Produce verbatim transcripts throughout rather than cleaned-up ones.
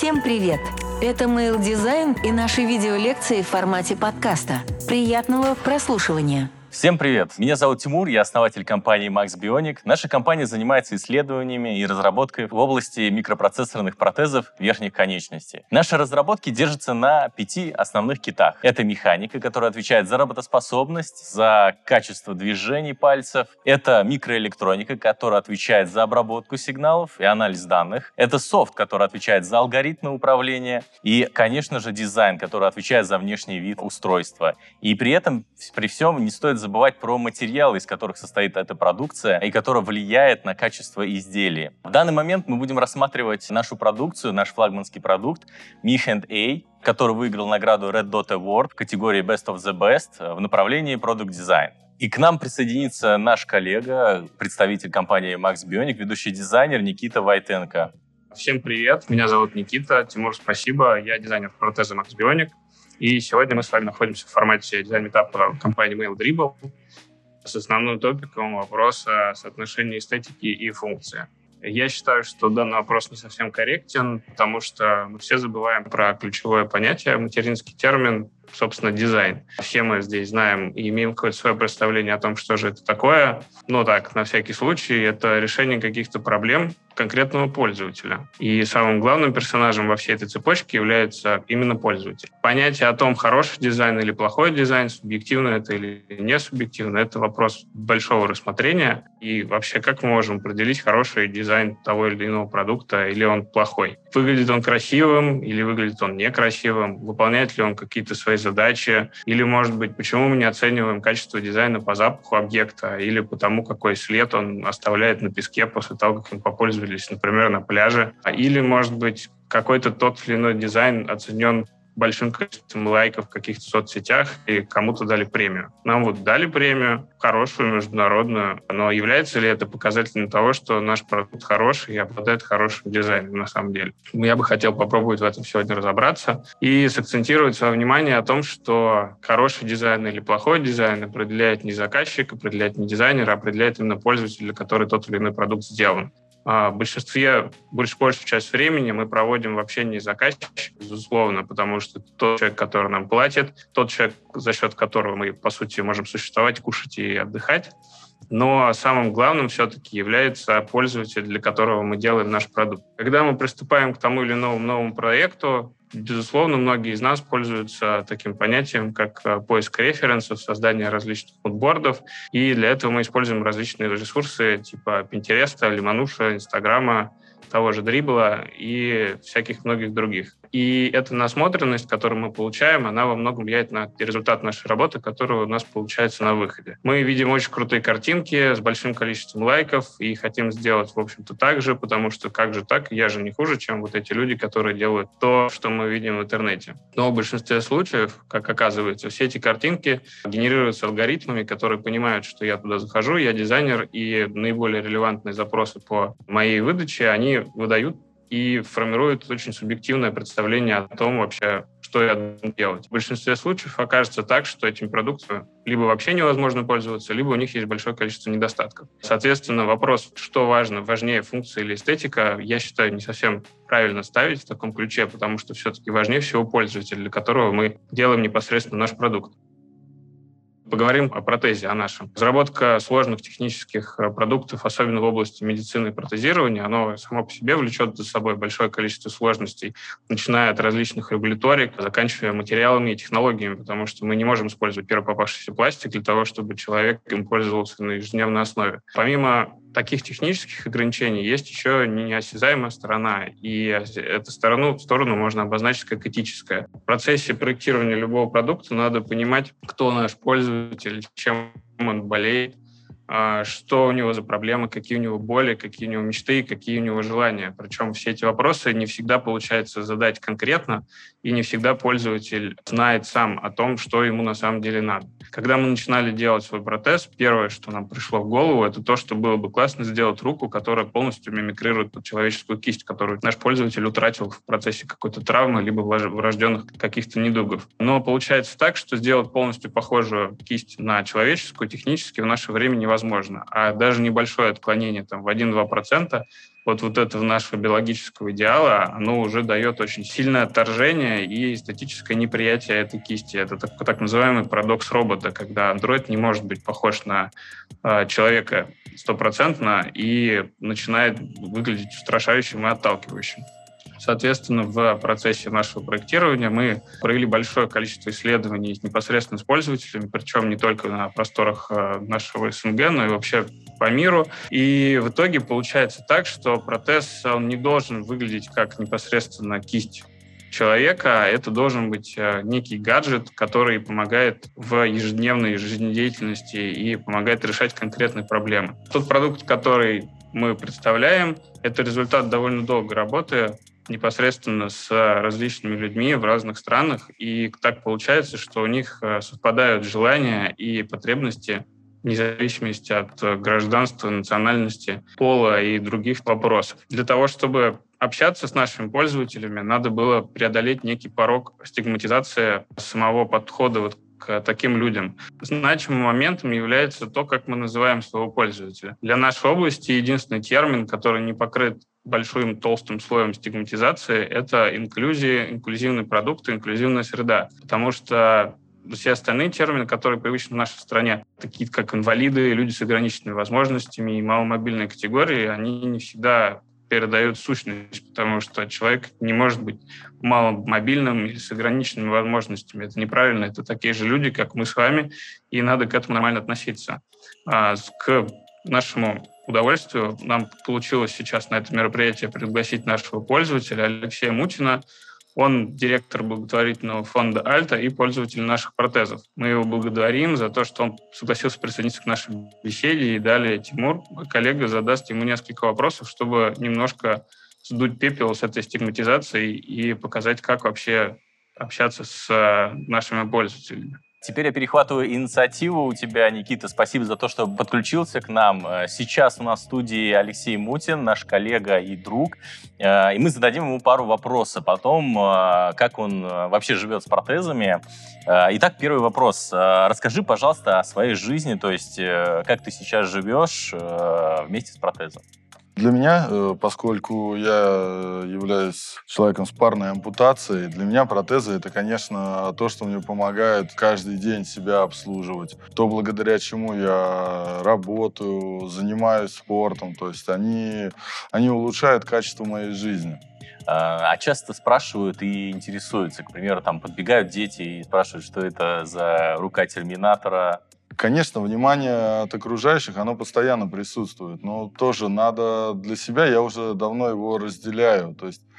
Всем привет! Это Mail Design и наши видеолекции в формате подкаста. Приятного прослушивания! Всем привет! Меня зовут Тимур, я основатель компании Max Bionic. Наша компания занимается исследованиями и разработкой в области микропроцессорных протезов верхних конечностей. Наши разработки держатся на пяти основных китах. Это механика, которая отвечает за работоспособность, за качество движений пальцев. Это микроэлектроника, которая отвечает за обработку сигналов и анализ данных. Это софт, который отвечает за алгоритмы управления. И, конечно же, дизайн, который отвечает за внешний вид устройства. И при этом, при всем, не стоит забывать про материалы, из которых состоит эта продукция и которая влияет на качество изделия. В данный момент мы будем рассматривать нашу продукцию, наш флагманский продукт Mi Hand A, который выиграл награду Red Dot Award в категории Best of the Best в направлении Product Design. И к нам присоединится наш коллега, представитель компании Max Bionic, ведущий дизайнер Никита Войтенко. Всем привет, меня зовут Никита. Тимур, спасибо. Я дизайнер протеза Max Bionic. И сегодня мы с вами находимся в формате дизайн-метапа компании Mail-Dribble с основным топиком вопроса соотношения эстетики и функции. Я считаю, что данный вопрос не совсем корректен, потому что мы все забываем про ключевое понятие, материнский термин, собственно, дизайн. Все мы здесь знаем и имеем какое-то свое представление о том, что же это такое. Но так, на всякий случай, это решение каких-то проблем конкретного пользователя. И самым главным персонажем во всей этой цепочке является именно пользователь. Понятие о том, хороший дизайн или плохой дизайн, субъективно это или не субъективно, это вопрос большого рассмотрения. И вообще, как мы можем определить хороший дизайн того или иного продукта, или он плохой? Выглядит он красивым или выглядит он некрасивым? Выполняет ли он какие-то свои задачи? Или, может быть, почему мы не оцениваем качество дизайна по запаху объекта или по тому, какой след он оставляет на песке после того, как им попользовались, например, на пляже? Или, может быть, какой-то тот или иной дизайн оценен большим количеством лайков в каких-то соцсетях, и кому-то дали премию. Нам вот дали премию, хорошую, международную, но является ли это показателем того, что наш продукт хороший и обладает хорошим дизайном на самом деле? Я бы хотел попробовать в этом сегодня разобраться и сакцентировать свое внимание о том, что хороший дизайн или плохой дизайн определяет не заказчик, определяет не дизайнер, а определяет именно пользователь, для которого тот или иной продукт сделан. В большинстве, больш, большую часть времени мы проводим в общении с заказчиком, безусловно, потому что тот человек, который нам платит, тот человек, за счет которого мы, по сути, можем существовать, кушать и отдыхать. Но самым главным все-таки является пользователь, для которого мы делаем наш продукт. Когда мы приступаем к тому или иному новому проекту, безусловно, многие из нас пользуются таким понятием, как поиск референсов, создание различных мудбордов. И для этого мы используем различные ресурсы типа Pinterest, Лимонуша, Инстаграма, того же Дрибла и всяких многих других. И эта насмотренность, которую мы получаем, она во многом влияет на результат нашей работы, которая у нас получается на выходе. Мы видим очень крутые картинки с большим количеством лайков и хотим сделать, в общем-то, так же, потому что как же так, я же не хуже, чем вот эти люди, которые делают то, что мы видим в интернете. Но в большинстве случаев, как оказывается, все эти картинки генерируются алгоритмами, которые понимают, что я туда захожу, я дизайнер, и наиболее релевантные запросы по моей выдаче, они выдают и формирует очень субъективное представление о том вообще, что я должен делать. В большинстве случаев окажется так, что этим продуктом либо вообще невозможно пользоваться, либо у них есть большое количество недостатков. Соответственно, вопрос, что важно, важнее функция или эстетика, я считаю, не совсем правильно ставить в таком ключе, потому что все-таки важнее всего пользователь, для которого мы делаем непосредственно наш продукт. Поговорим о протезе, о нашем. Разработка сложных технических продуктов, особенно в области медицины и протезирования, оно само по себе влечет за собой большое количество сложностей, начиная от различных регуляторик, заканчивая материалами и технологиями, потому что мы не можем использовать первый попавшийся пластик для того, чтобы человек им пользовался на ежедневной основе. Помимо таких технических ограничений есть еще неосязаемая сторона, и эту сторону, сторону можно обозначить как этическая. В процессе проектирования любого продукта надо понимать, кто наш пользователь, чем он болеет, что у него за проблемы, какие у него боли, какие у него мечты, какие у него желания. Причем все эти вопросы не всегда получается задать конкретно, и не всегда пользователь знает сам о том, что ему на самом деле надо. Когда мы начинали делать свой протез, первое, что нам пришло в голову, это то, что было бы классно сделать руку, которая полностью мимикрирует под человеческую кисть, которую наш пользователь утратил в процессе какой-то травмы либо врожденных каких-то недугов. Но получается так, что сделать полностью похожую кисть на человеческую технически в наше время невозможно. А даже небольшое отклонение там, в один-два процента от вот этого нашего биологического идеала, оно уже дает очень сильное отторжение и эстетическое неприятие этой кисти. Это так, так называемый парадокс робота, когда андроид не может быть похож на э, человека стопроцентно и начинает выглядеть устрашающим и отталкивающим. Соответственно, в процессе нашего проектирования мы провели большое количество исследований непосредственно с пользователями, причем не только на просторах нашего СНГ, но и вообще по миру. И в итоге получается так, что протез он не должен выглядеть как непосредственно кисть человека, это должен быть некий гаджет, который помогает в ежедневной жизнедеятельности и помогает решать конкретные проблемы. Тот продукт, который мы представляем, это результат довольно долгой работы непосредственно с различными людьми в разных странах. И так получается, что у них совпадают желания и потребности вне зависимости от гражданства, национальности, пола и других вопросов. Для того, чтобы общаться с нашими пользователями, надо было преодолеть некий порог стигматизации самого подхода вот к таким людям. Значимым моментом является то, как мы называем своего пользователя. Для нашей области единственный термин, который не покрыт большим толстым слоем стигматизации, это инклюзия, инклюзивный продукт, инклюзивная среда. Потому что все остальные термины, которые привычны в нашей стране, такие как инвалиды, люди с ограниченными возможностями и маломобильные категории, они не всегда передают сущность, потому что человек не может быть маломобильным или с ограниченными возможностями. Это неправильно, это такие же люди, как мы с вами, и надо к этому нормально относиться. А к нашему удовольствию нам получилось сейчас на это мероприятие пригласить нашего пользователя Алексея Мутина. Он директор благотворительного фонда «Альта» и пользователь наших протезов. Мы его благодарим за то, что он согласился присоединиться к нашей беседе. И далее Тимур, мой коллега, задаст ему несколько вопросов, чтобы немножко сдуть пепел с этой стигматизацией и показать, как вообще общаться с нашими пользователями. Теперь я перехватываю инициативу у тебя, Никита. Спасибо за то, что подключился к нам. Сейчас у нас в студии Алексей Мутин, наш коллега и друг. И мы зададим ему пару вопросов о том, как он вообще живет с протезами. Итак, первый вопрос. Расскажи, пожалуйста, о своей жизни, то есть как ты сейчас живешь вместе с протезом. Для меня, поскольку я являюсь человеком с парной ампутацией, для меня протезы — это, конечно, то, что мне помогает каждый день себя обслуживать. То, благодаря чему я работаю, занимаюсь спортом. То есть они, они улучшают качество моей жизни. А часто спрашивают и интересуются. К примеру, там подбегают дети и спрашивают, что это за рука терминатора. Конечно, внимание от окружающих, оно постоянно присутствует, но тоже надо для себя, я уже давно его разделяю. То есть,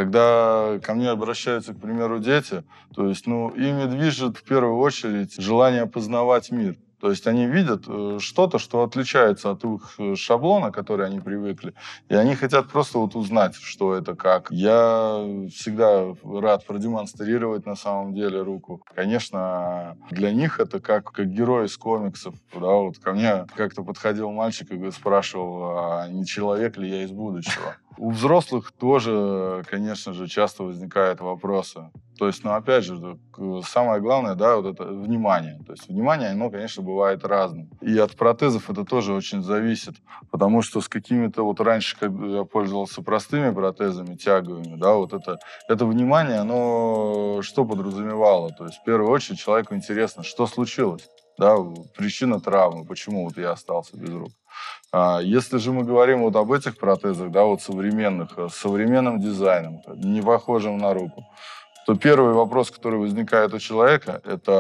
когда ко мне обращаются, к примеру, дети, то есть, ну, ими движет в первую очередь желание познавать мир. То есть они видят что-то, что отличается от их шаблона, к которому они привыкли, и они хотят просто вот узнать, что это, как. Я всегда рад продемонстрировать на самом деле руку. Конечно, для них это как, как герой из комиксов. Да, вот ко мне как-то подходил мальчик и спрашивал, а не человек ли я из будущего. У взрослых тоже, конечно же, часто возникают вопросы. То есть, ну, опять же, самое главное, да, вот это внимание. То есть внимание, оно, конечно, бывает разным. И от протезов это тоже очень зависит. Потому что с какими-то вот раньше, когда я пользовался простыми протезами, тяговыми, да, вот это, это внимание, оно что подразумевало? То есть, в первую очередь, человеку интересно, что случилось? Да, причина травмы, почему вот я остался без рук. А если же мы говорим вот об этих протезах, да, вот современных, с современным дизайном, не похожим на руку, то первый вопрос, который возникает у человека,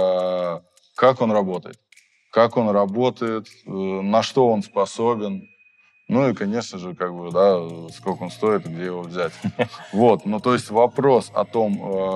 это как он работает. Как он работает, на что он способен. Ну и, конечно же, как бы, да, сколько он стоит и где его взять. Вот, ну то есть вопрос о том,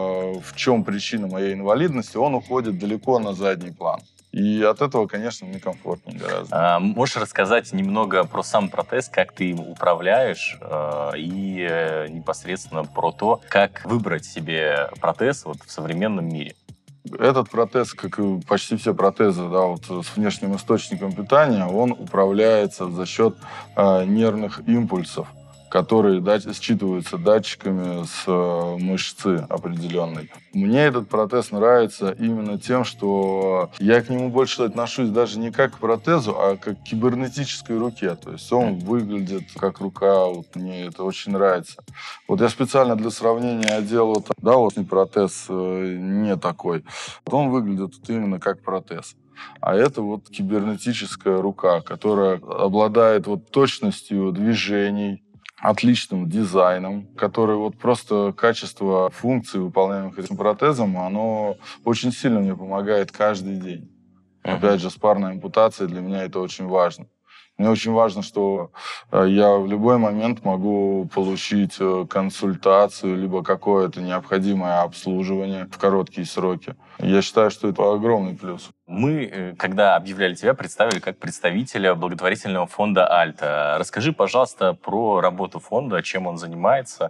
в чем причина моей инвалидности, он уходит далеко на задний план. И от этого, конечно, мне комфортнее гораздо. А, можешь рассказать немного про сам протез, как ты им управляешь, э, и э, непосредственно про то, как выбрать себе протез вот, в современном мире? Этот протез, как и почти все протезы, да, вот, с внешним источником питания, он управляется за счет э, нервных импульсов, которые дать, считываются датчиками с э, мышцы определенной. Мне этот протез нравится именно тем, что я к нему больше отношусь даже не как к протезу, а как к кибернетической руке. То есть он выглядит как рука, вот мне это очень нравится. Вот я специально для сравнения одел вот, да, вот не протез, э, не такой. Вот он выглядит вот именно как протез. А это вот кибернетическая рука, которая обладает вот точностью движений, отличным дизайном, который вот просто качество функций, выполняемых этим протезом, оно очень сильно мне помогает каждый день. Uh-huh. Опять же, с парной ампутацией для меня это очень важно. Мне очень важно, что я в любой момент могу получить консультацию, либо какое-то необходимое обслуживание в короткие сроки. Я считаю, что это огромный плюс. Мы, когда объявляли тебя, представили как представителя благотворительного фонда «Альта». Расскажи, пожалуйста, про работу фонда, чем он занимается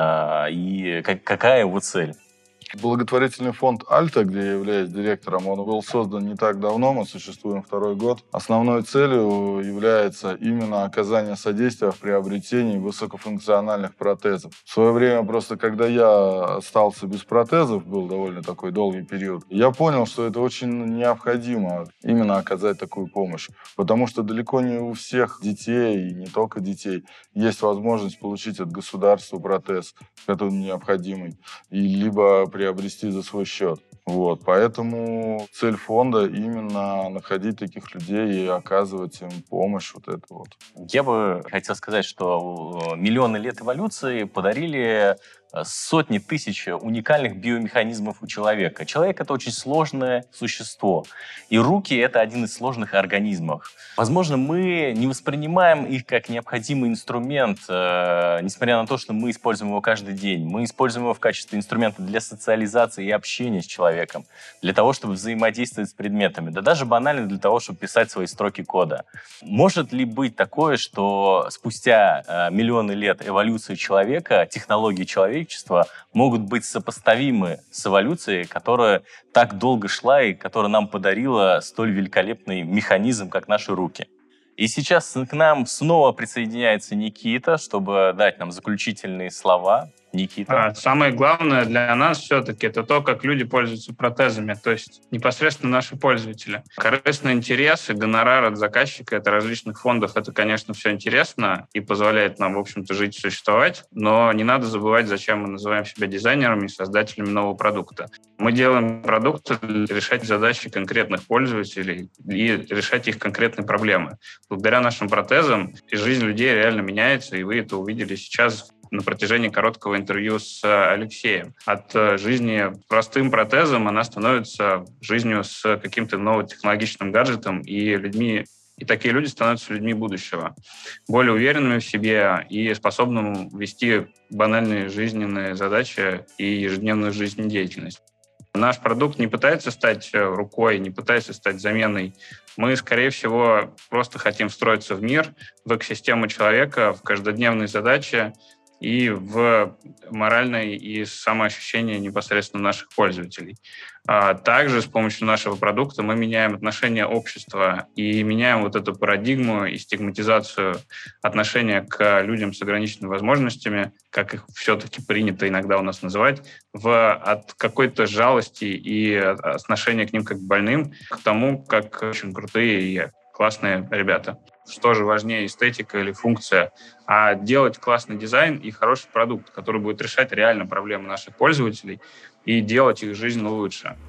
и какая его цель. Благотворительный фонд «Альта», где я являюсь директором, он был создан не так давно, мы существуем второй год. Основной целью является именно оказание содействия в приобретении высокофункциональных протезов. В свое время просто, когда я остался без протезов, был довольно такой долгий период, я понял, что это очень необходимо именно оказать такую помощь. Потому что далеко не у всех детей, и не только детей, есть возможность получить от государства протез, который необходимый, и либо приобрести за свой счет. Вот. Поэтому цель фонда именно находить таких людей и оказывать им помощь. Вот это вот. Я бы хотел сказать, что миллионы лет эволюции подарили сотни тысяч уникальных биомеханизмов у человека. Человек — это очень сложное существо. И руки — это один из сложных организмов. Возможно, мы не воспринимаем их как необходимый инструмент, э, несмотря на то, что мы используем его каждый день. Мы используем его в качестве инструмента для социализации и общения с человеком, для того, чтобы взаимодействовать с предметами, да даже банально для того, чтобы писать свои строки кода. Может ли быть такое, что спустя э, миллионы лет эволюции человека, технологии человека могут быть сопоставимы с эволюцией, которая так долго шла и которая нам подарила столь великолепный механизм, как наши руки. И сейчас к нам снова присоединяется Никита, чтобы дать нам заключительные слова. Никита. А, самое главное для нас все-таки это то, как люди пользуются протезами, то есть непосредственно наши пользователи. Корыстный интерес и гонорар от заказчика, это различных фондов, это, конечно, все интересно и позволяет нам, в общем-то, жить и существовать, но не надо забывать, зачем мы называем себя дизайнерами и создателями нового продукта. Мы делаем продукты для решать задачи конкретных пользователей и решать их конкретные проблемы. Благодаря нашим протезам жизнь людей реально меняется, и вы это увидели сейчас на протяжении короткого интервью с Алексеем. От жизни простым протезом она становится жизнью с каким-то новым технологичным гаджетом, и людьми, и такие люди становятся людьми будущего, более уверенными в себе и способными вести банальные жизненные задачи и ежедневную жизнедеятельность. Наш продукт не пытается стать рукой, не пытается стать заменой. Мы, скорее всего, просто хотим встроиться в мир, в экосистему человека, в каждодневные задачи и в моральное и самоощущение непосредственно наших пользователей. Также с помощью нашего продукта мы меняем отношение общества и меняем вот эту парадигму и стигматизацию отношения к людям с ограниченными возможностями, как их все-таки принято иногда у нас называть, в, от какой-то жалости и отношения к ним как к больным, к тому, как очень крутые и классные ребята. Что же важнее, эстетика или функция, а делать классный дизайн и хороший продукт, который будет решать реально проблемы наших пользователей и делать их жизнь лучше.